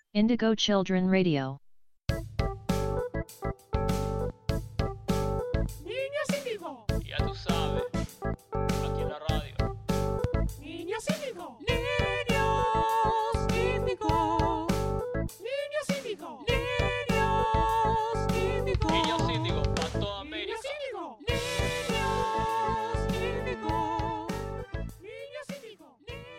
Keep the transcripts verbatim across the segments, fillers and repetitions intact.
Indigo Children Radio. Niños Índigo. Ya tú sabes, aquí en la radio. Niños Índigo. Niños Índigo. Niños Índigo. Niños Índigo. Niños Índigo para toda América. Niños Índigo. Niños Índigo. Niños Índigo.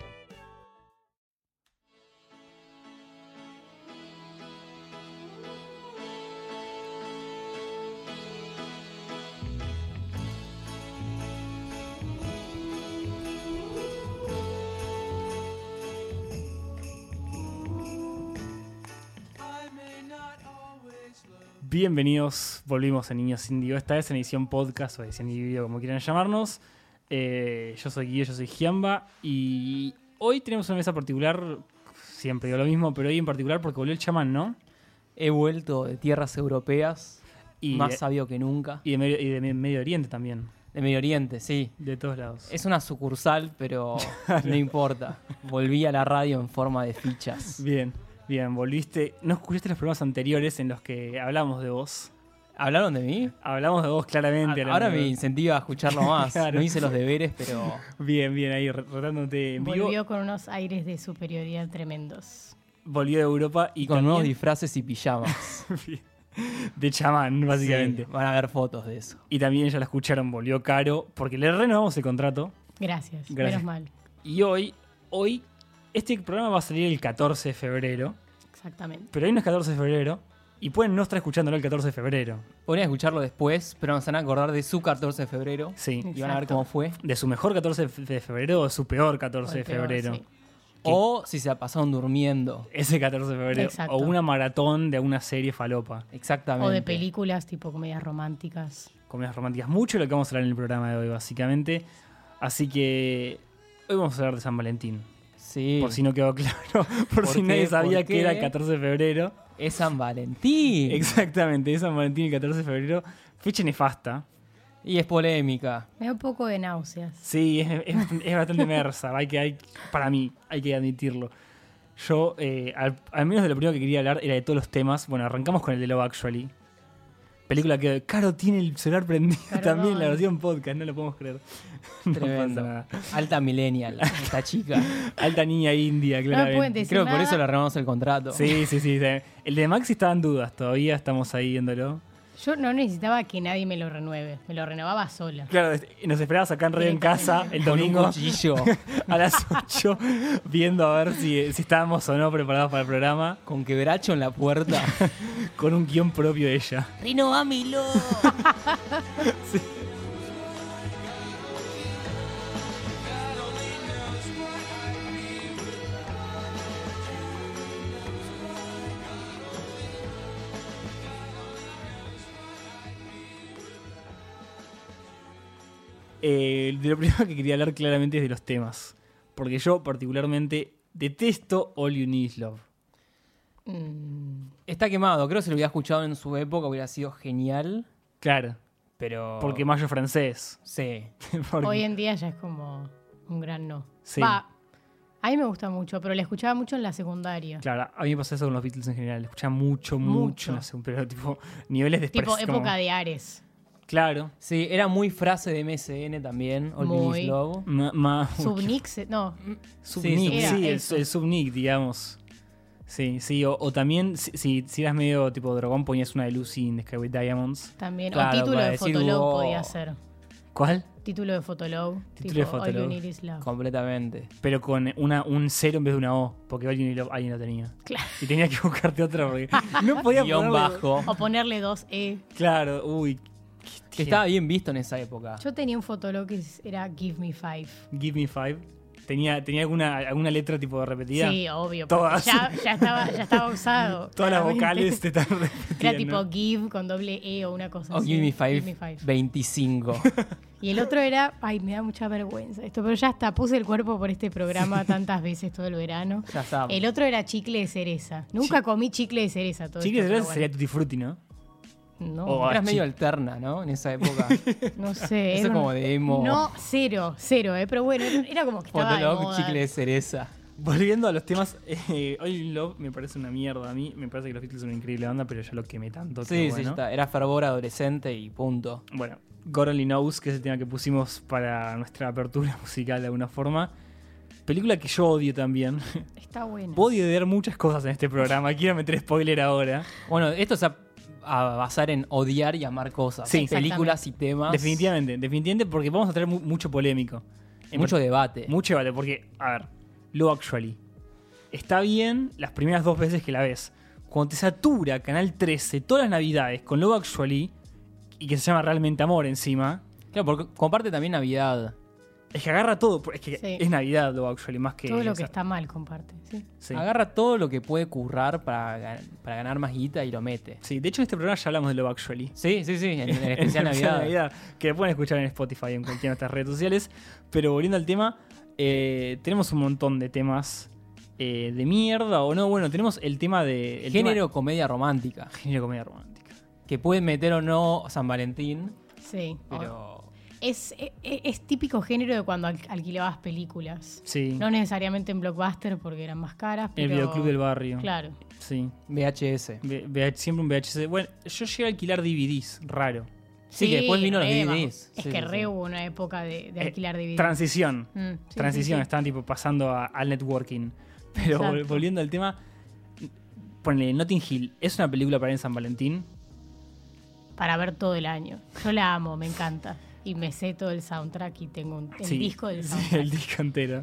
Bienvenidos, volvimos a Niños Índigo, esta vez en edición podcast o edición individuo, como quieran llamarnos. Eh, yo soy Guido, yo soy Giamba y hoy tenemos una mesa particular, siempre digo lo mismo, pero hoy en particular porque volvió el chamán, ¿no? He vuelto de tierras europeas, Y más de, sabio que nunca. y de, medio, y de Medio Oriente también, De Medio Oriente, sí. de todos lados. Es una sucursal, pero no importa. Volví a la radio en forma de fichas. Bien, bien, volviste. No escuchaste los programas anteriores en los que hablamos de vos. ¿Hablaron de mí? Hablamos de vos claramente. A- Ahora hablamos me de- incentiva a escucharlo más. Claro. No hice los deberes, pero Bien, bien, ahí re- retándote en vivo. Volvió con unos aires de superioridad tremendos. Volvió de Europa y con también nuevos disfraces y pijamas. de chamán, básicamente. Sí, van a ver fotos de eso. Y también ya la escucharon, volvió caro, porque le renovamos el contrato. Gracias, Gracias. menos mal. Y hoy, hoy, este programa va a salir el catorce de febrero, Exactamente. pero hoy no es catorce de febrero, y pueden no estar escuchándolo el catorce de febrero. Podrían escucharlo después, pero nos van a acordar de su catorce de febrero. Sí, Y van a ver cómo fue. de su mejor catorce de febrero o su peor catorce O de el peor, febrero. sí. O si se la pasaron durmiendo. Ese catorce de febrero. Exacto. O una maratón de una serie falopa. Exactamente. O de películas tipo comedias románticas. Comedias románticas. Mucho de lo que vamos a hablar en el programa de hoy, básicamente. Así que hoy vamos a hablar de San Valentín. Sí. Por si no quedó claro. Por, ¿Por si qué? nadie sabía ¿Por que qué? era el catorce de febrero. Es San Valentín. Exactamente, es San Valentín el catorce de febrero. Fecha nefasta. Y es polémica. Me da un poco de náuseas. Sí, es, es, es bastante mersa. Hay que, hay, para mí, hay que admitirlo. Yo, eh, al, al menos de lo primero que quería hablar era de todos los temas. Bueno, arrancamos con el de Love Actually. Película que Caro tiene el celular prendido Perdón. también, la versión podcast, no lo podemos creer. No Tremendo. pasa nada. Alta millennial, esta chica. Alta niña india, No claramente. me pueden decir Creo que por nada. eso le renovamos el contrato. Sí, sí, sí. El de Maxi estaba en dudas, todavía estamos ahí viéndolo. Yo no necesitaba que nadie me lo renueve. Me lo renovaba sola. Claro, nos esperabas acá en Radio en Casa el Con un domingo cuchillo. a las ocho, viendo a ver si, si estábamos o no preparados para el programa, Con quebracho en la puerta. con un guión propio de ella. ¡Renovamelo! Eh, de lo primero que quería hablar claramente es de los temas. Porque yo particularmente detesto All You Need Is Love. Mm, Está quemado. Creo que si lo hubiera escuchado en su época hubiera sido genial. Claro, Pero. porque mayo francés. Sí. Porque- Hoy en día ya es como un gran no. Sí. Va, a mí me gusta mucho, pero la escuchaba mucho en la secundaria. Claro, a mí me pasa eso con los Beatles en general. Escuchaba mucho, mucho, Mucho. no sé, pero tipo niveles de Tipo expresión. época de Ares. Claro. Sí, era muy frase de M S N también. All You Need Muy. Is Love. Ma, ma- Subnix, no. Subnick, Sí, sí, era el, eso. el subnick, digamos. Sí, sí, o, o también, si, si, si eras medio tipo dragón, ponías una de Lucy in the Sky with Diamonds. También. Claro, o título para de decir, Fotolog wow. podía ser. ¿Cuál? Título de Fotolog. Título tipo, de Fotolog. All You Need Is Love. Completamente. Pero con una, un cero en vez de una O, porque All You Need Love alguien lo tenía. Claro. Y tenía que buscarte otra porque no podía Guión ponerle- bajo. O ponerle dos E. Claro, uy. Que estaba bien visto en esa época. Yo tenía un Fotolog que era Give Me Five. Give me five. Tenía, tenía alguna, alguna letra tipo repetida. Sí, obvio. Todas. porque Ya, ya, estaba, ya estaba usado. Todas las claramente. vocales te están repetidas. Era tipo Give con doble E o una cosa O así. Give Me Five, Give Me Five. veinticinco. Y el otro era, ay, me da mucha vergüenza esto, pero ya está, puse el cuerpo por este programa tantas veces todo el verano. Ya está. El otro era chicle de cereza. Nunca comí chicle de cereza todo Chicle de esto, cereza pero sería Tutti Frutti, ¿no? No, O- Eras Ah, medio chi- alterna, ¿no? En esa época. no sé. Eso era como un- de emo. No, cero, cero, ¿eh? Pero bueno, era, era como que estaba de Fotolog, moda. chicle de cereza. volviendo a los temas, eh, All in Love me parece una mierda a mí. Me parece que los Beatles son una increíble banda, pero ya lo quemé tanto. Sí, que sí, bueno. ya está. Era fervor adolescente y punto. Bueno, God Only Knows, que es el tema que pusimos para nuestra apertura musical de alguna forma. Película que yo odio también. Está bueno. Puedo odiar muchas cosas en este programa. Quiero meter spoiler ahora. Bueno, esto se va a basar en odiar y amar cosas. Sí. Películas y temas. Definitivamente, definitivamente, porque vamos a traer mu- mucho polémico. En Mucho par- debate. Mucho debate, porque, a ver, Love Actually. Está bien las primeras dos veces que la ves. Cuando te satura Canal trece todas las navidades con Love Actually, y que se llama Realmente Amor encima, Claro, porque comparte también Navidad. es que agarra todo. Es que Sí. es Navidad Love Actually, más que... Todo lo o que sea, está mal comparte. Sí. sí. Agarra todo lo que puede currar para, ga- para ganar más guita y lo mete. Sí, de hecho en este programa ya hablamos de Love Actually. Sí, sí, sí, en, en el En especial el Navidad. que lo pueden escuchar en Spotify en cualquiera de nuestras redes sociales. Pero volviendo al tema, eh, tenemos un montón de temas eh, de mierda o no. Bueno, tenemos el tema de... El Género tema- comedia romántica. género comedia romántica. Que puede meter o no San Valentín, Sí. pero... Es, es, es típico género de cuando al- alquilabas películas. Sí. No necesariamente en Blockbuster porque eran más caras, el pero... videoclub del barrio. Claro. Sí. V H S. V- V- siempre un V H S. Bueno, yo llegué a alquilar D V Ds, raro. Sí, que después vino los re, D V vamos. Ds. Es Sí, que sí, re sí. hubo una época de, de Eh, alquilar D V Ds. Transición. Mm, sí, Transición, sí, sí. estaban tipo pasando a- al networking. Pero vol- Exacto. volviendo al tema, ponle Notting Hill, ¿es una película para ir en San Valentín? Para ver todo el año. Yo la amo, me encanta. Y me sé todo el soundtrack y tengo un, el Sí, disco del sí, soundtrack. el disco entero.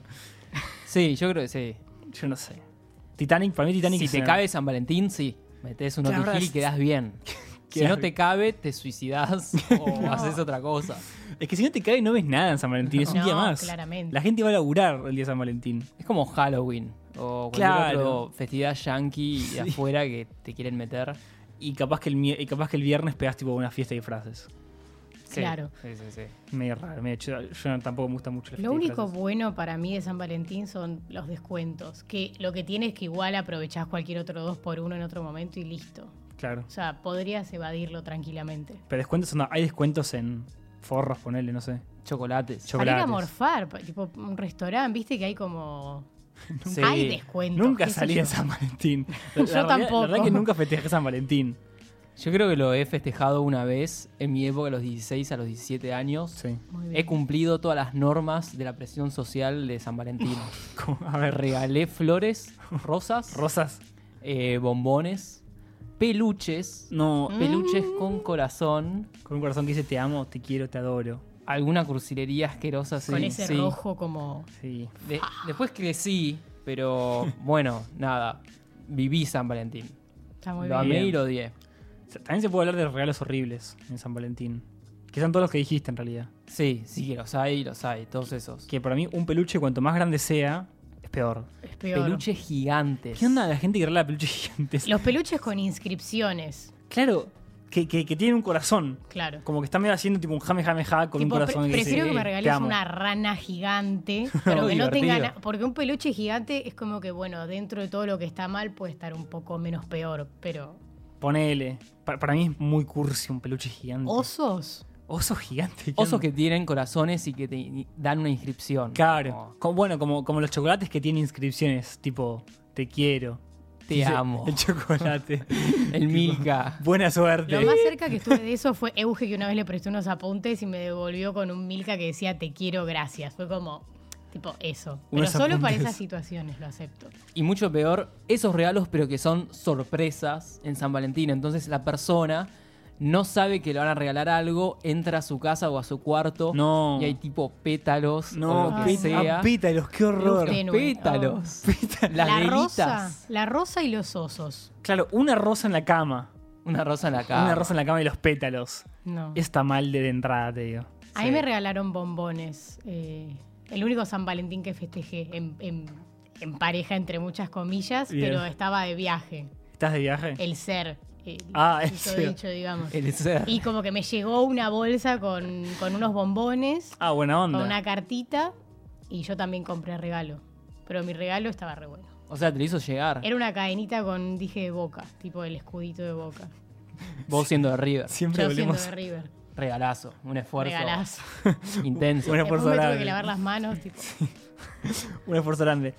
Sí, yo creo que sí. Yo no sé. Titanic, para mí Titanic Si es te una- cabe San Valentín, sí. Metés un Claro, Notting Hill y es- quedás bien. Si Quedás no bien. te cabe, te suicidás o No. haces otra cosa. Es que si no te cabe no ves nada en San Valentín, es un No, día más. claramente. La gente va a laburar el día de San Valentín. Es como Halloween o cualquier Claro. otra festividad yankee de afuera que te quieren meter. Y capaz que el, mie- y capaz que el viernes pegas tipo una fiesta de disfraces. Sí, Claro. Sí, sí, sí. Medio raro, medio chido. Yo no- tampoco me gusta mucho la fiesta Lo de único disfraces. bueno para mí de San Valentín son los descuentos. Que lo que tiene es que igual aprovechás cualquier otro dos por uno en otro momento y listo. Claro. O sea, podrías evadirlo tranquilamente. Pero descuentos no, hay descuentos en forros, ponele, no sé. Chocolates. Para ir a Chocolates. morfar, pa- tipo un restaurante, viste que hay como... Sí. Hay descuentos. Nunca qué sé salí yo. en San Valentín. Yo La realidad- tampoco. La verdad que nunca festejé San Valentín. Yo creo que lo he festejado una vez en mi época, a los dieciséis a los diecisiete años. Sí. Muy bien. He cumplido todas las normas de la presión social de San Valentín. Como- a ver, Regalé flores, rosas, rosas. eh, bombones, peluches, No, peluches con corazón, con un corazón que dice te amo, te quiero, te adoro. alguna crucilería asquerosa. Sí, Con ese sí. rojo como... Sí. De- después crecí, pero bueno, nada. Viví San Valentín. Está muy Lo bien. amé y Bien. lo odié. O sea, también se puede hablar de regalos horribles en San Valentín. Que son todos los que dijiste en realidad. Sí, sí que los hay, los hay, todos esos. Que para mí un peluche cuanto más grande sea, es peor. Es peor. Peluches gigantes. ¿Qué onda la gente que regala peluches gigantes? Los peluches con inscripciones. Claro, que, que, que tienen un corazón. Claro. Como que está medio haciendo tipo un jame jame ja con Tipo, un pre- corazón que prefiero dice, que me "Te regales amo". una rana gigante, pero que no tenga Divertido. na- porque un peluche gigante es como que, bueno, dentro de todo lo que está mal puede estar un poco menos peor, pero Ponele. Pa- Para, mí es muy cursi un peluche gigante. osos, Oso gigante. ¿qué Osos onda? que tienen corazones y que te dan una inscripción. Claro. Como, Como- bueno, como, como los chocolates que tienen inscripciones, tipo, te quiero. te Dice, amo. El chocolate. El Milka. Buena suerte. lo más cerca que estuve de eso fue Euge, que una vez le presté unos apuntes y me devolvió con un Milka que decía te quiero, gracias. Fue como, tipo, eso. Pero Unos solo para apuntes. esas situaciones lo acepto. Y mucho peor, esos regalos, pero que son sorpresas en San Valentín. Entonces la persona no sabe que le van a regalar algo, entra a su casa o a su cuarto No. y hay tipo pétalos No, o lo que Ay, pét- sea. ah, pétalos, qué horror. Luz tenue. Pétalos. Las la velitas. rosa, la rosa y los osos. Claro, una rosa en la cama. Una rosa en la cara. Una rosa en la cama y los pétalos. No. Está mal de entrada, te digo. A mí Sí. me regalaron bombones. eh, el único San Valentín que festejé en, en- en pareja, entre muchas comillas, Bien. pero estaba de viaje. ¿Estás de viaje? El ser. El, Ah, el el ser. dicho, digamos. El ser. Y como que me llegó una bolsa con, con unos bombones, Ah, buena onda. con una cartita, y yo también compré regalo. Pero mi regalo estaba re bueno. O sea, te lo hizo llegar. Era una cadenita con dije de Boca, tipo el escudito de Boca. Vos siendo de River. Siempre Yo siendo volvemos. de River. Regalazo. Un esfuerzo Regalazo. intenso. Un Después esfuerzo me tuve grande. que lavar las manos, tipo. Un esfuerzo grande.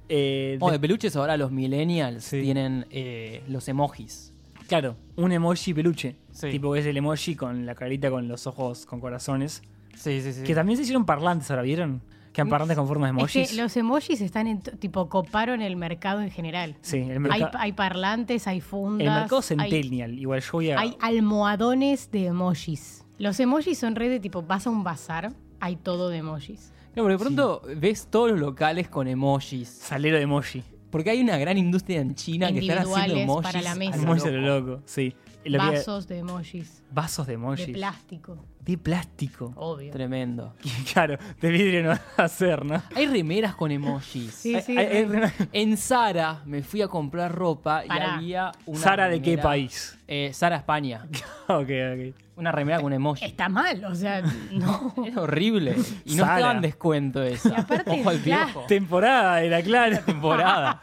Eh, Oh, de- de peluches ahora los millennials Sí. tienen eh, los emojis. Claro, un emoji peluche. Sí. Tipo que es el emoji con la carita con los ojos con corazones. Sí, sí, sí. Que también se hicieron parlantes ahora, ¿vieron? Que han parlantes con formas de Es emojis. que los emojis están en, t- tipo, coparon el mercado en general. Sí, el Hay, mercado. hay parlantes, hay fundas. El mercado hay- centennial. Igual yo voy a. Hay almohadones de emojis. Los emojis son re de tipo, vas a un bazar, hay todo de emojis. No, porque de pronto ves todos los locales con emojis. Salero de emoji. Porque hay una gran industria en China que están haciendo Individuales emojis. para la mesa. a lo Emoji a lo loco. loco. Sí. Lo que- Vasos de emojis. Vasos de emojis. De plástico. De plástico. Obvio. Tremendo. Claro, de vidrio no va a ser, ¿no? Hay remeras con emojis. Sí, Hay- sí. hay- hay re. re- En Zara me fui a comprar ropa y Pará. había una ¿Sara de qué remera- país? Eh, Zara, España. Ok, ok. Una remera con emoji. Está mal, o sea, no. Es horrible. Y no Sara. estaba en descuento esa. Y aparte Ojo al es plástico. piojo. Temporada era, claro. Temporada.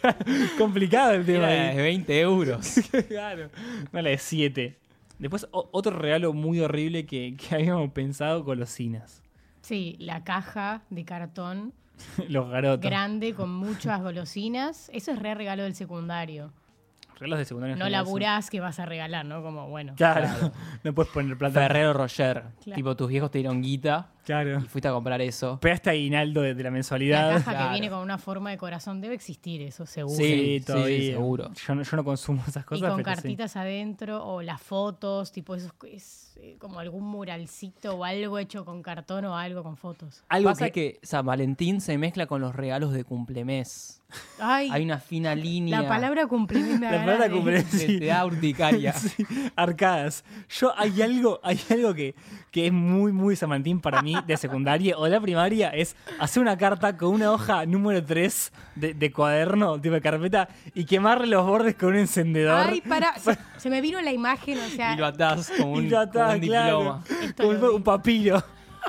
Complicado el tema. Era ahí. de veinte euros. Claro. No, la de siete. Después, o- otro regalo muy horrible que, que habíamos pensado, golosinas. Sí, la caja de cartón Los garotos. grande con muchas golosinas. Eso es re regalo del secundario. Regalos de secundaria. en No general son- laburás que vas a regalar, ¿no? Como, bueno. Claro. No puedes poner plata. Ferrero Rocher. Claro. Tipo, tus viejos te dieron guita Claro. y fuiste a comprar eso. Pegaste aguinaldo de, de la La mensualidad. caja Claro. que viene con una forma de corazón debe existir, eso seguro. Sí, Sí, sí, todavía. sí, seguro. Yo no, yo no consumo esas Y cosas. con pero sí. cartitas adentro o las fotos, tipo esos es, eh, como algún muralcito o algo hecho con cartón o algo con fotos. Algo Pasa que, que... San Valentín se mezcla con los regalos de cumplemés. Ay, Hay una fina línea. la palabra cumpleaños me La da palabra ganas de- cumpleaños. Te, Sí. te da urticaria. Sí, arcadas. Yo hay algo, hay algo que, que es muy, muy San Valentín para mí de secundaria o de la primaria, es hacer una carta con una hoja número tres de, de cuaderno, tipo de carpeta, y quemarle los bordes con un encendedor. Ay, para, se, se me vino la imagen, o sea, Y lo atás como un, y lo atás, como un claro. diploma. Esto Como lo si fuera vi. un papiro.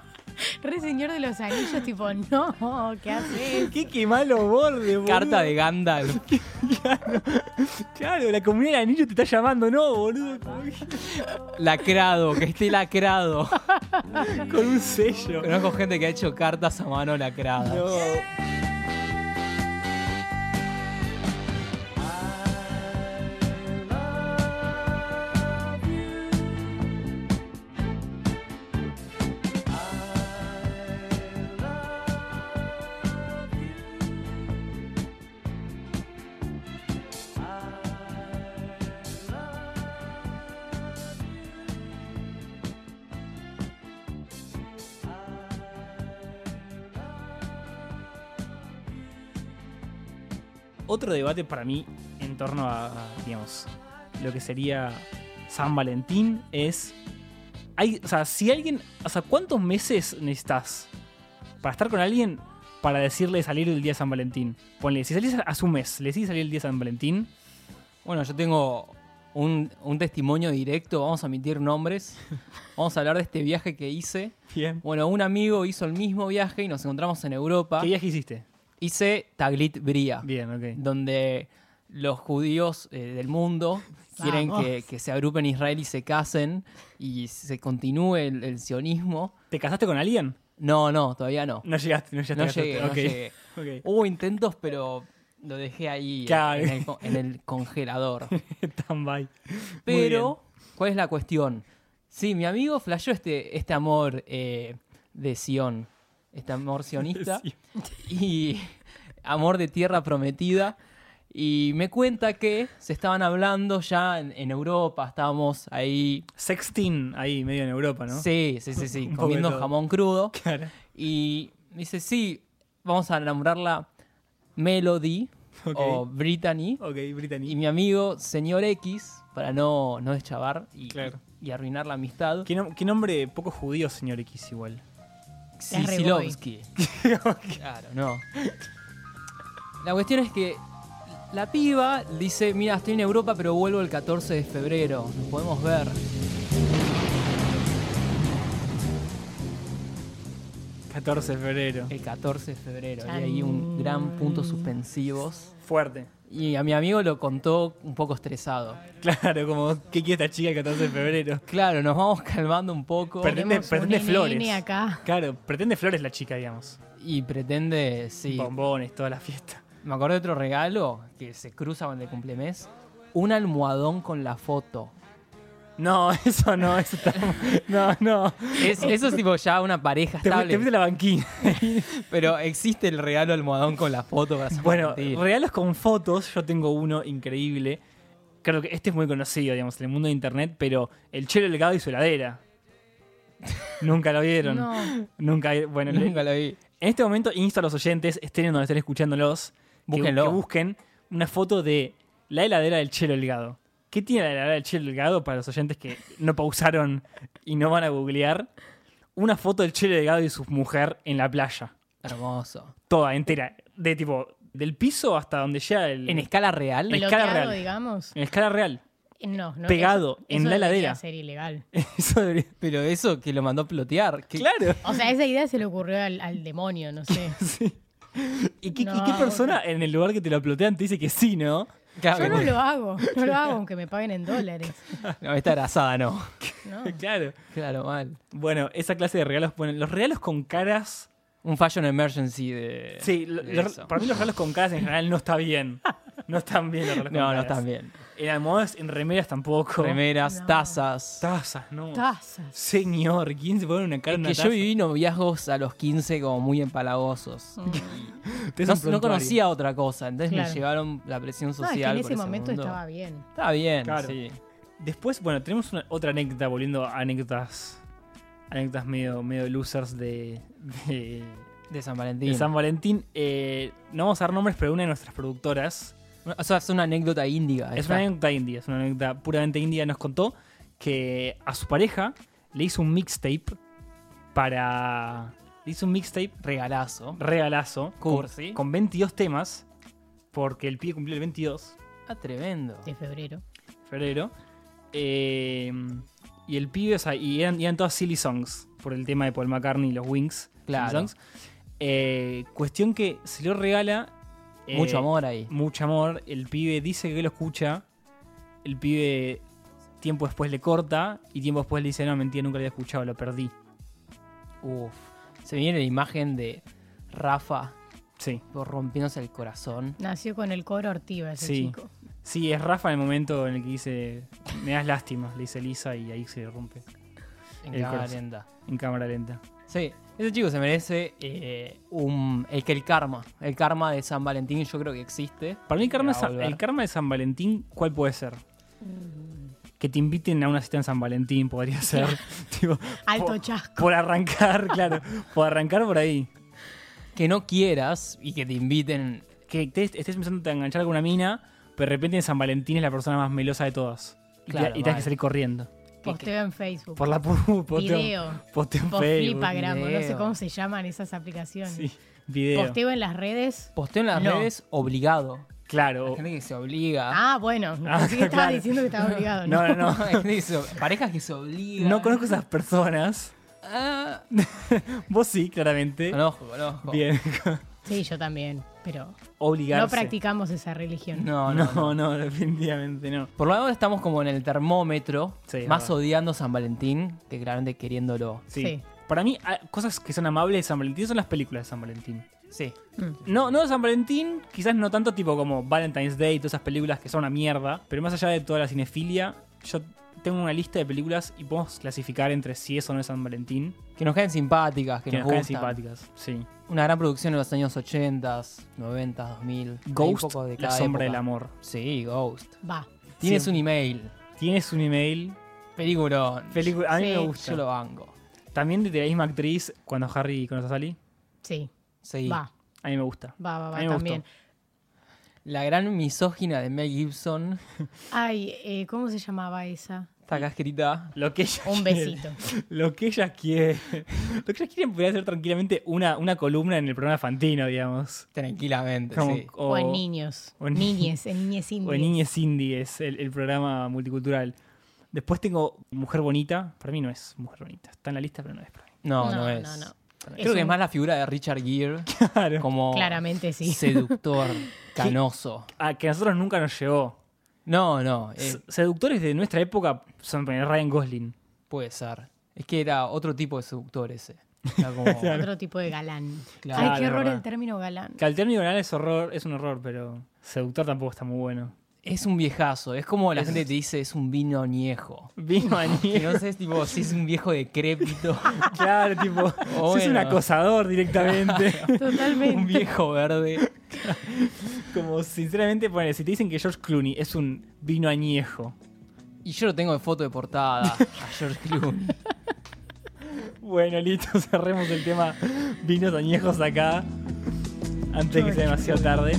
re señor de los anillos, tipo, no, ¿qué haces? ¿Qué quemás los bordes, boludo? Carta de Gandalf. Claro, claro, la comunidad de anillos te está llamando, no, boludo. Lacrado, que esté lacrado. Con un sello. Conozco gente que ha hecho cartas a mano lacradas. No. Otro debate para mí en torno a, a, digamos, lo que sería San Valentín es... Hay, o sea, si alguien... O sea, ¿cuántos meses necesitas para estar con alguien para decirle salir el día de San Valentín? Ponle, si salís a su mes, ¿le decís salir el día de San Valentín? Bueno, yo tengo un, un testimonio directo. Vamos a emitir nombres. Vamos a hablar de este viaje que hice. Bien. Bueno, un amigo hizo el mismo viaje y nos encontramos en Europa. ¿Qué viaje hiciste? Hice Taglit Bria, Bien, ok. donde los judíos eh, del mundo quieren Vamos. que, que se agrupen Israel y se casen y se continúe el, el sionismo. ¿Te casaste con alguien? No, no, todavía no. No llegaste, no llegaste. No a casarte. llegué, no Ok, llegué. ok. Hubo intentos, pero lo dejé ahí eh, Claro. en, el, co- en el congelador. Stand-by. Pero, ¿cuál es la cuestión? Sí, mi amigo flasheó este, este amor eh, de Sion, este amor sionista Sí. y amor de tierra prometida. Y me cuenta que se estaban hablando ya en, en Europa, estábamos ahí, Sexting ahí medio en Europa, ¿no? sí, sí, sí, sí, Un poco comiendo de todo. jamón crudo. Claro. Y dice, sí, vamos a nombrarla Melody Ok. o Brittany. Ok, Brittany. Y mi amigo, señor X, para no, no deschavar y, Claro. y arruinar la amistad, ¿Qué, nom- qué nombre poco judío, señor X, igual? Es re Silovsky. Claro, no. La cuestión es que la piba dice, mira, estoy en Europa, pero vuelvo el catorce de febrero. Nos podemos ver. catorce de febrero. El catorce de febrero. Chan. Y hay un gran punto suspensivos. Fuerte. Y a mi amigo lo contó un poco estresado. Claro, como, ¿qué quiere esta chica el catorce de febrero? Claro, nos vamos calmando un poco. Pretende, Tenemos pretende un flores. nene acá. Claro, pretende flores la chica, digamos. Y pretende, sí. Bombones, toda la fiesta. Me acordé de otro regalo que se cruza con el cumplemes. Un almohadón con la foto. No, eso no, eso está... No, no. Es- eso es tipo ya una pareja Te, estable. te fuiste a la banquina. Pero existe el regalo almohadón con la foto para San Bueno, Valentín. regalos con fotos, yo tengo uno increíble. Creo que este es muy conocido, digamos, en el mundo de internet, pero el Chelo Delgado y su heladera. Nunca lo vieron. No. Nunca. Bueno, le- Nunca lo vi. en este momento insto a los oyentes, estén en donde estén escuchándolos, que, Búsquenlo. que busquen una foto de la heladera del Chelo Delgado. ¿Qué tiene la heladera del Chelo Delgado para los oyentes que no pausaron y no van a googlear? Una foto del Chelo Delgado y su mujer en la playa. Hermoso. Toda, entera. De tipo, del piso hasta donde llega el... En escala real. En escala Peloteado, real. digamos. En escala real. No, no. Pegado eso- en eso la debería heladera. ser ilegal. Eso debería... Pero eso que lo mandó a plotear. ¿qué- Claro. O sea, esa idea se le ocurrió al, al demonio, no sé. Sí. ¿Y qué, y No, qué persona en el lugar que te lo plotean te dice que sí, no? Claro, Yo que no te- lo hago, no lo hago aunque me paguen en dólares. No, esta grasada no. No. Claro. Claro, mal. Bueno, esa clase de regalos, bueno, los regalos con caras... Un fashion emergency de. Sí, lo- de lo- eso. para mí los regalos con caras en general no está bien. No están bien los regalos con No, caras. no están bien. En almohadas, en remeras tampoco. Remeras, No. tazas. Tazas, no. Tazas. Señor, ¿quién se pone una cara en Es una que taza? yo viví noviazgos a los quince como muy empalagosos. Te es No, un no prontuario. conocía otra cosa, entonces Claro. me llevaron la presión No, social. es que en por ese momento mundo. estaba bien. Estaba bien, Claro. sí. Después, bueno, tenemos una, otra anécdota, volviendo a anécdotas anécdotas medio, medio losers de, de, De San Valentín. de San Valentín. Eh, no vamos a dar nombres, pero una de nuestras productoras, O sea, es una anécdota índica. es esta. una anécdota india, es una anécdota puramente india, nos contó que a su pareja le hizo un mixtape para... Le hizo un mixtape Regalazo. regalazo con, Cursi. con veintidós temas, porque el pibe cumplió el veintidós Ah, tremendo. De febrero. de febrero. Eh, y el pibe, o sea, y eran, y eran todas silly songs, por el tema de Paul McCartney y los Wings. Silly Claro. Songs. Eh, cuestión que se lo regala. eh, Mucho amor ahí. Mucho amor. El pibe dice que lo escucha. El pibe tiempo después le corta. Y tiempo después le dice, no, mentira, nunca lo había escuchado, lo perdí. Uf. Se viene la imagen de Rafa Sí. rompiéndose el corazón. Nació con el coro ortiva ese Sí. chico. Sí, es Rafa en el momento en el que dice, me das lástima, le dice Lisa y ahí se rompe En El cámara corazón. lenta. en cámara lenta. Sí, ese chico se merece eh, un, el que el karma. El karma de San Valentín yo creo que existe. Para mí el karma, Va a de San- volver. el karma de San Valentín, ¿cuál puede ser? Que te inviten a una cita en San Valentín, podría ser. Tipo, Alto por, chasco. por arrancar, claro. Por arrancar por ahí. Que no quieras y que te inviten. Que te- estés pensando en enganchar con una mina, pero de repente en San Valentín es la persona más melosa de todas. Y, te- Claro, y tengas vale. que salir corriendo. Posteo en Facebook. Por la pu- posteo, Video. posteo en Por Facebook. Flipagram, no sé video. cómo se llaman esas aplicaciones. Sí, video. Posteo en las redes. Posteo en las No. redes obligado. Claro. Hay gente que se obliga. Ah, bueno. Ah, Pensé que estaba claro. diciendo que estaba obligado. No, no, no. Hay gente que se- parejas que se obligan. No conozco esas personas. Ah, Vos sí, claramente. conozco, conozco. Bien. Sí, yo también. Pero Obligarse. no practicamos esa religión. No, no, No, no. no, definitivamente no. Por lo menos estamos como en el termómetro. Sí, es más verdad. odiando San Valentín que claramente queriéndolo. Sí. Sí. Para mí, ah, cosas que son amables de San Valentín son las películas de San Valentín. Sí. Mm. No, no de San Valentín, quizás no tanto tipo como Valentine's Day y todas esas películas que son una mierda, pero más allá de toda la cinefilia, yo tengo una lista de películas y podemos clasificar entre si es o no es San Valentín, Que nos caen simpáticas, que, que nos, nos caen gustan. simpáticas. Sí. Una gran producción en los años ochenta, noventa, dos mil. Hay un Ghost, poco de La cada sombra época. del amor. Sí, Ghost. Va. Tienes Siempre. un email. Tienes un email. Película. Película, a mí Sí, me gusta. Yo lo banco. También de la misma actriz cuando Harry conoce a Sally. Sí. Sí. Va. A mí me gusta. Va, va, A va mí me también. gustó. La gran misógina de Mel Gibson. Ay, eh, ¿cómo se llamaba esa? Está acá escrita. Lo que ella Un quiere. besito. Lo que ella quiere. Lo que ella quiere podría ser tranquilamente una, una columna en el programa Fantino, digamos. Tranquilamente, Como- sí. O, en niños. o en- Niñes, en niñes indies. O en Niñez Indie es el, el programa multicultural. Después tengo Mujer Bonita. Para mí no es Mujer Bonita. Está en la lista, pero no es para mí. No, no, No, es. no, no. Creo Es que es un- más la figura de Richard Gere Claro. como Claramente sí. seductor, canoso. Ah, que a nosotros nunca nos llegó. No, no, eh, S- Seductores de nuestra época son poner Ryan Gosling. puede ser. Es que era otro tipo de seductor ese. Era como- Otro tipo de galán. Claro, Ay, es qué horror verdad. el término galán. Que al término galán es horror, es un horror, pero seductor tampoco está muy bueno. Es un viejazo. Es como la Es- gente te dice, es un vino añejo. Vino Y añejo. no sé, es tipo, si es un viejo decrépito. Claro, tipo, O si es un bueno. acosador directamente. Totalmente. un viejo verde. Como sinceramente, ponele, si te dicen que George Clooney es un vino añejo. Y yo lo tengo de foto de portada a George Clooney. Bueno, listo, cerremos el tema vinos añejos acá. Antes de que sea demasiado tarde.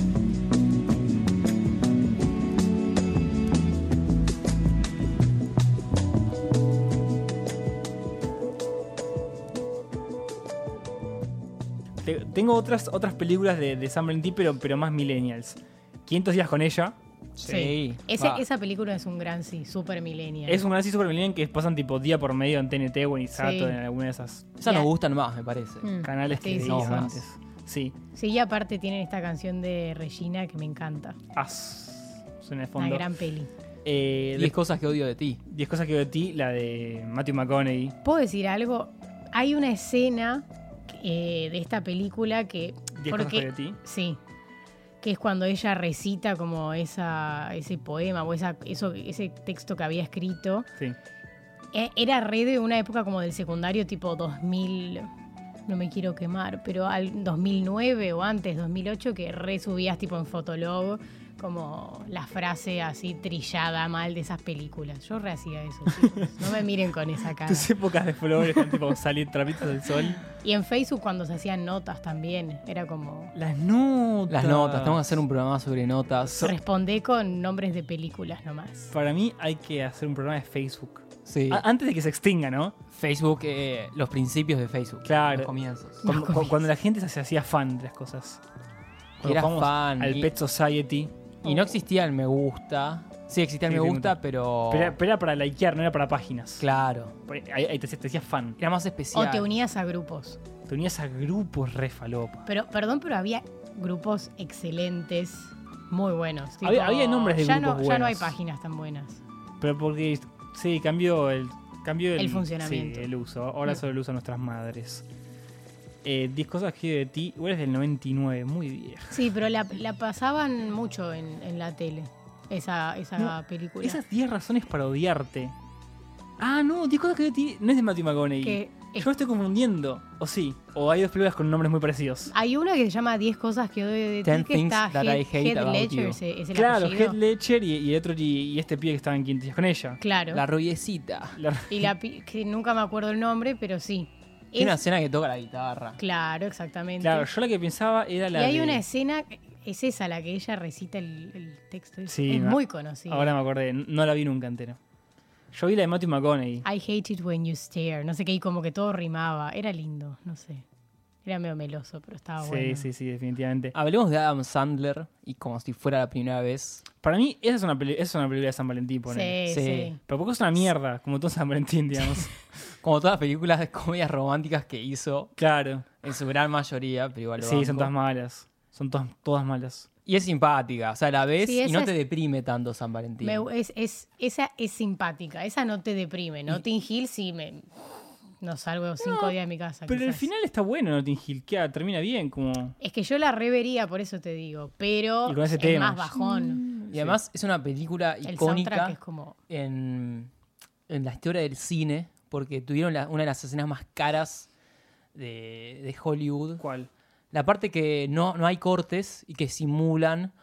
Te- Tengo otras, otras películas de, de San Valentín, pero, pero más millennials. quinientos días con ella. Sí. Sí, Ese- va. esa película es un gran sí, super millennial. Es un gran super millennial que pasan tipo día por medio en T N T o en Isato, Sí. en alguna de esas Esas nos Ya. gustan más, me parece. Mm. canales que Sí, sí, veías sí. antes. Sí. Sí, y aparte tienen esta canción de Regina que me encanta. As. Suena de Una fondo. gran peli. Eh, Diez de- cosas que odio de ti. diez cosas que veo de ti, la de Matthew McConaughey. ¿Puedo decir algo? Hay una escena eh, de esta película que... diez cosas que porque, veo de ti. sí, que es cuando ella recita como esa, ese poema o esa, eso, ese texto que había escrito. Sí. Eh, Era re de una época como del secundario tipo dos mil, no me quiero quemar, pero al dos mil nueve o antes, dos mil ocho, que re subías tipo en Fotolog como la frase así trillada mal de esas películas. Yo re hacía eso, chicos. No me miren con esa cara. Tus épocas de flores, con tipo salir trapitos del sol. Y en Facebook cuando se hacían notas también, era como... Las notas. Las notas, tengo que hacer un programa sobre notas. Respondé con nombres de películas nomás. Para mí hay que hacer un programa de Facebook. Sí. A- antes de que se extinga, ¿no? Facebook, eh, los principios de Facebook. Claro. Los comienzos. Cuando, Los cu- comienzos. cuando la gente se hacía fan de las cosas. Cuando Era jugamos fan, Al y- Pet Society. Y no existía el me gusta. Sí, existía el Sí, me sí, gusta, me pero... Pero, era- pero era para likear, no era para páginas. Claro. Ahí, ahí te, te hacías fan. Era más O especial. te unías a grupos. Te unías a grupos re falopa. Pero, perdón, pero había grupos excelentes, muy buenos. tipo, Había- había nombres de ya grupos no, Ya no hay buenos. páginas tan buenas. Pero porque, sí, cambió el... Cambió el, El funcionamiento. Sí, el uso. Ahora Mm. solo lo usan nuestras madres. Eh, diez cosas que de ti. Igual es del noventa y nueve, muy vieja. Sí, pero la, la pasaban mucho en, en la tele, esa, esa No, película. Esas diez razones para odiarte. Ah, no, diez cosas que de ti. No es de Matthew McConaughey. Que Yo es- me estoy confundiendo. O sí. O hay dos películas con nombres muy parecidos. Hay una que se llama diez cosas que odio de Ten ti, que things está that Heath, I hate Heath about Ledger, you. ese- es el Claro, apellido. Heath Ledger y, y el otro y, y este pibe que estaba en quince días con ella. Claro. La rubiecita. La- Y la pi- que nunca me acuerdo el nombre, pero sí. Tiene una Es- escena que toca la guitarra. Claro, exactamente. claro, yo la que pensaba era y la hay de- una escena, es esa la que ella recita el, el texto. Es, Sí, es me- muy conocida. Ahora me acordé, no la vi nunca entera. Yo vi la de Matthew McConaughey. I hate it when you stare. No sé qué, y como que todo rimaba. Era lindo, no sé. Era medio meloso, pero estaba sí, bueno. sí, sí, definitivamente. Hablemos de Adam Sandler y como si fuera la primera vez. Para mí, esa es una, peli- esa es una película de San Valentín, Sí, ponele. sí. Sí. Pero poco es una mierda, como todo San Valentín, digamos. Como todas las películas de comedias románticas que hizo, Claro. en su gran mayoría, pero igual lo Sí, son banco. todas malas. Son todas, todas malas. Y es simpática, o sea, la ves Sí, y esa no es- te deprime tanto San Valentín. Me- es, es- esa es simpática. Esa no te deprime. Notting Hill sí me... No salgo cinco días de mi casa. Pero el quizás. final está bueno, Notting Hill. Queda, termina bien, como... Es que yo la revería, por eso te digo. Pero Y con ese es tema. más bajón. Y además es una película El icónica soundtrack es como... en, en la historia del cine, porque tuvieron la- una de las escenas más caras de, de Hollywood. ¿Cuál? La parte que no, no hay cortes y que simulan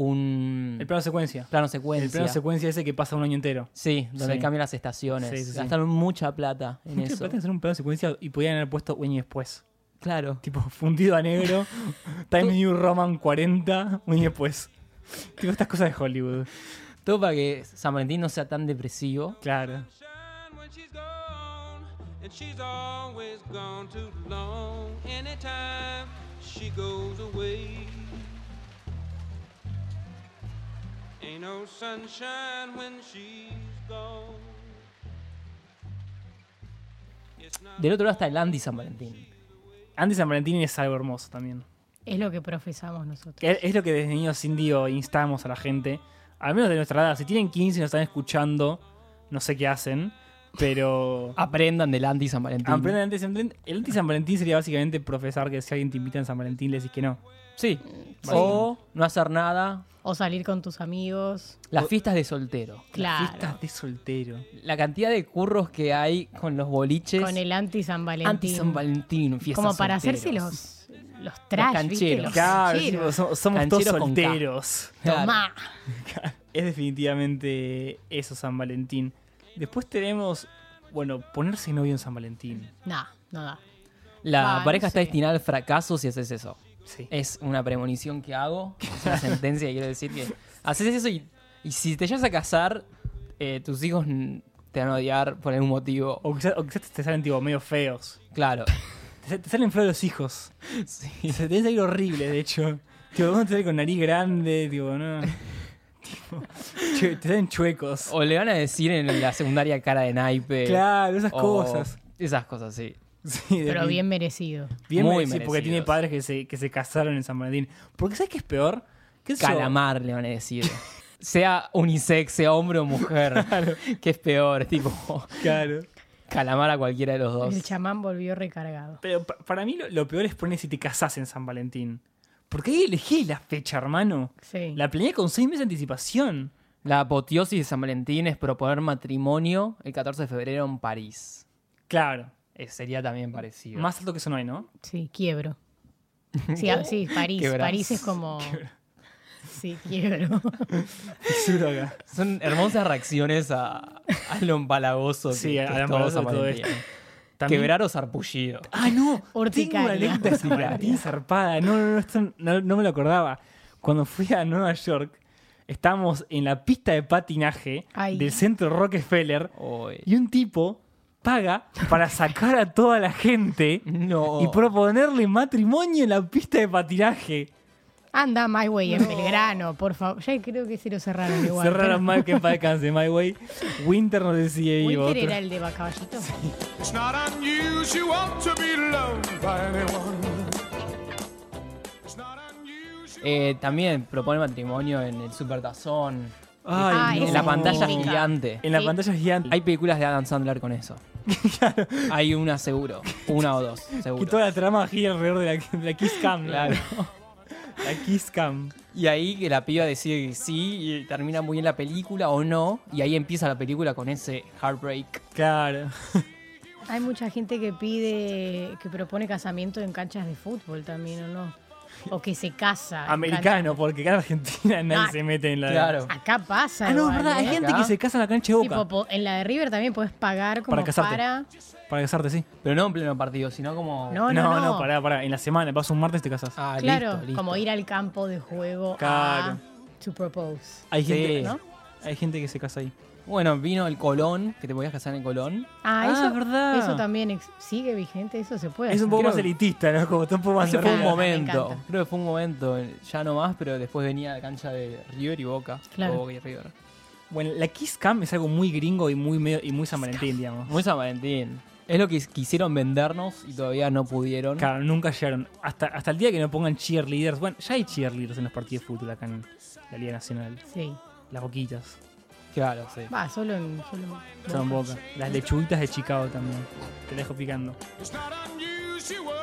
un El plano secuencia. plano El secuencia. plano secuencia ese que pasa un año entero. Sí, donde Sí. cambian las estaciones. Sí, sí, sí. Gastaron mucha plata en Mucha eso. plata en hacer un plano secuencia y podían haber puesto un año después. Claro. Tipo, fundido a negro. Time New Roman cuarenta, un año después. Tipo, estas cosas de Hollywood. Todo para que San Valentín no sea tan depresivo. Claro. Shine when she's gone, and she's always gone too long. Anytime she goes away, ain't no sunshine when she's gone. It's not Del otro lado está el Andy San Valentín. Andy San Valentín es algo hermoso también. Es lo que profesamos nosotros. Que es lo que desde niños indio instamos a la gente. Al menos de nuestra edad. Si tienen quince y nos están escuchando, no sé qué hacen. Pero... Aprendan del anti-San Valentín. Aprendan antes de San Valentín. El anti-San Valentín sería básicamente profesar que si alguien te invita en San Valentín le decís que no. Sí. O no hacer nada. O salir con tus amigos. Las fiestas de soltero. Claro. Fiestas de soltero. La cantidad de curros que hay con los boliches. Con el anti-San Valentín. Anti-San Valentín, fiestas Como para solteros. hacerse los, los trash, Los ¿viste? cancheros. Los Claro, cancheros. somos, somos todos Cancheros con K. solteros. Claro. Tomá. Es definitivamente eso, San Valentín. Después tenemos, bueno, ponerse novio en San Valentín. Nah, no da. La Va, pareja no está sé. destinada al fracaso si haces eso. Sí. Es una premonición que hago. Es una sentencia que quiero decir que haces eso y, y si te llegas a casar, eh, tus hijos mm, te van a odiar por algún motivo. O quizás, o quizás te salen tipo medio feos. Claro. Te, te salen feos los hijos. Sí. Se te salir horrible, de hecho. Tipo, vos te salen con nariz grande, tipo, no. Tipo, chue- te salen chuecos. O le van a decir en la secundaria cara de naipe. Claro, esas o- cosas. Esas cosas, sí. Sí, Pero defin- bien merecido. bien muy merecido, porque tiene merecidos. padres que se, que se casaron en San Valentín. Porque ¿sabes qué es peor? ¿Qué sé yo? Calamar le van a decir. Sea unisex, sea hombre o mujer. Que es peor, es tipo Claro. calamar a cualquiera de los dos. El chamán volvió recargado. Pero pa- para mí lo, lo peor es poner si te casás en San Valentín. Porque ahí elegí la fecha, hermano. Sí. La planeé con seis meses de anticipación. La apoteosis de San Valentín es proponer matrimonio el catorce de febrero en París. Claro. Eh, sería también parecido. Más alto que eso no hay, ¿no? Sí, quiebro. Sí, ah, sí, París. Quebrás. París es como... Sí, quiebro. Fisuro acá. Son hermosas reacciones a, a lo empalagoso que, Sí, que a- es a lo todo empalagoso San de todo Valentín. esto. También- Quebrar o sarpullido. Ah, no. Tengo una Urticaria. anécdota de San Valentín zarpada. No, no, no, esto no, no me lo acordaba. Cuando fui a Nueva York, estábamos en la pista de patinaje Ay. del centro Rockefeller Oy. y un tipo paga para sacar a toda la gente No. y proponerle matrimonio en la pista de patinaje. Anda, My Way en Belgrano, por favor. Ya creo que se lo cerraron igual. Cerraron pero- mal que en paz descanse, My Way. Winter no sé si sigue vivo. Winter otro. era el de Caballito. It's not unusual to be loved by anyone. It's not unusual. Eh, también propone matrimonio en el Supertazón. Ay, Ah, no. en esa la es pantalla típica. gigante. En la Sí. pantalla gigante. Hay películas de Adam Sandler con eso. Hay una seguro. Una o dos, Que seguro. toda la trama gira alrededor de la, de la Kiss Cam. ¿no? Claro. La Kiss Cam. Y ahí que la piba decide que sí y termina muy bien la película o no. Y ahí empieza la película con ese heartbreak. Claro. Hay mucha gente que pide, que propone casamiento en canchas de fútbol también, ¿o no? O que se casa. en Americano, porque acá en Argentina nadie Ah, se mete en la. Claro. canchas- Acá pasa. Ah, no, igual, verdad. Hay ¿eh? gente Acá. que se casa en la cancha de Boca. Tipo, po- en la de River también podés pagar como Para casarte. para... Para casarte, sí. Pero no en pleno partido, sino como. No, no, no, no, no. pará, pará. En la semana, vas un martes y te casas. Ah, Claro, listo, listo. como ir al campo de juego Claro. a to propose. Hay Sí. gente, ¿No? hay gente que se casa ahí. Bueno, vino el Colón, que te podías casar en el Colón. Ah, Ah, eso, verdad. eso también ex- sigue vigente, eso se puede Es un hacer. poco Creo- más elitista, ¿no? Como está un poco más Ese fue un Claro, cerrado. me momento. encanta. Creo que fue un momento. Ya no más, pero después venía la cancha de River y Boca. Claro. O Boca y River. Bueno, la Kiss Cam es algo muy gringo y muy medio, y muy San Valentín, digamos. Muy San Valentín. Es lo que quisieron vendernos y todavía no pudieron. Claro, nunca llegaron. Hasta, hasta el día que no pongan cheerleaders. Bueno, ya hay cheerleaders en los partidos de fútbol acá en la Liga Nacional. Sí. Las boquitas. Claro, sí. Va, solo en... Solo en Son Boca. boca. Las lechuguitas de Chicago también. Te la dejo picando. It's not unusual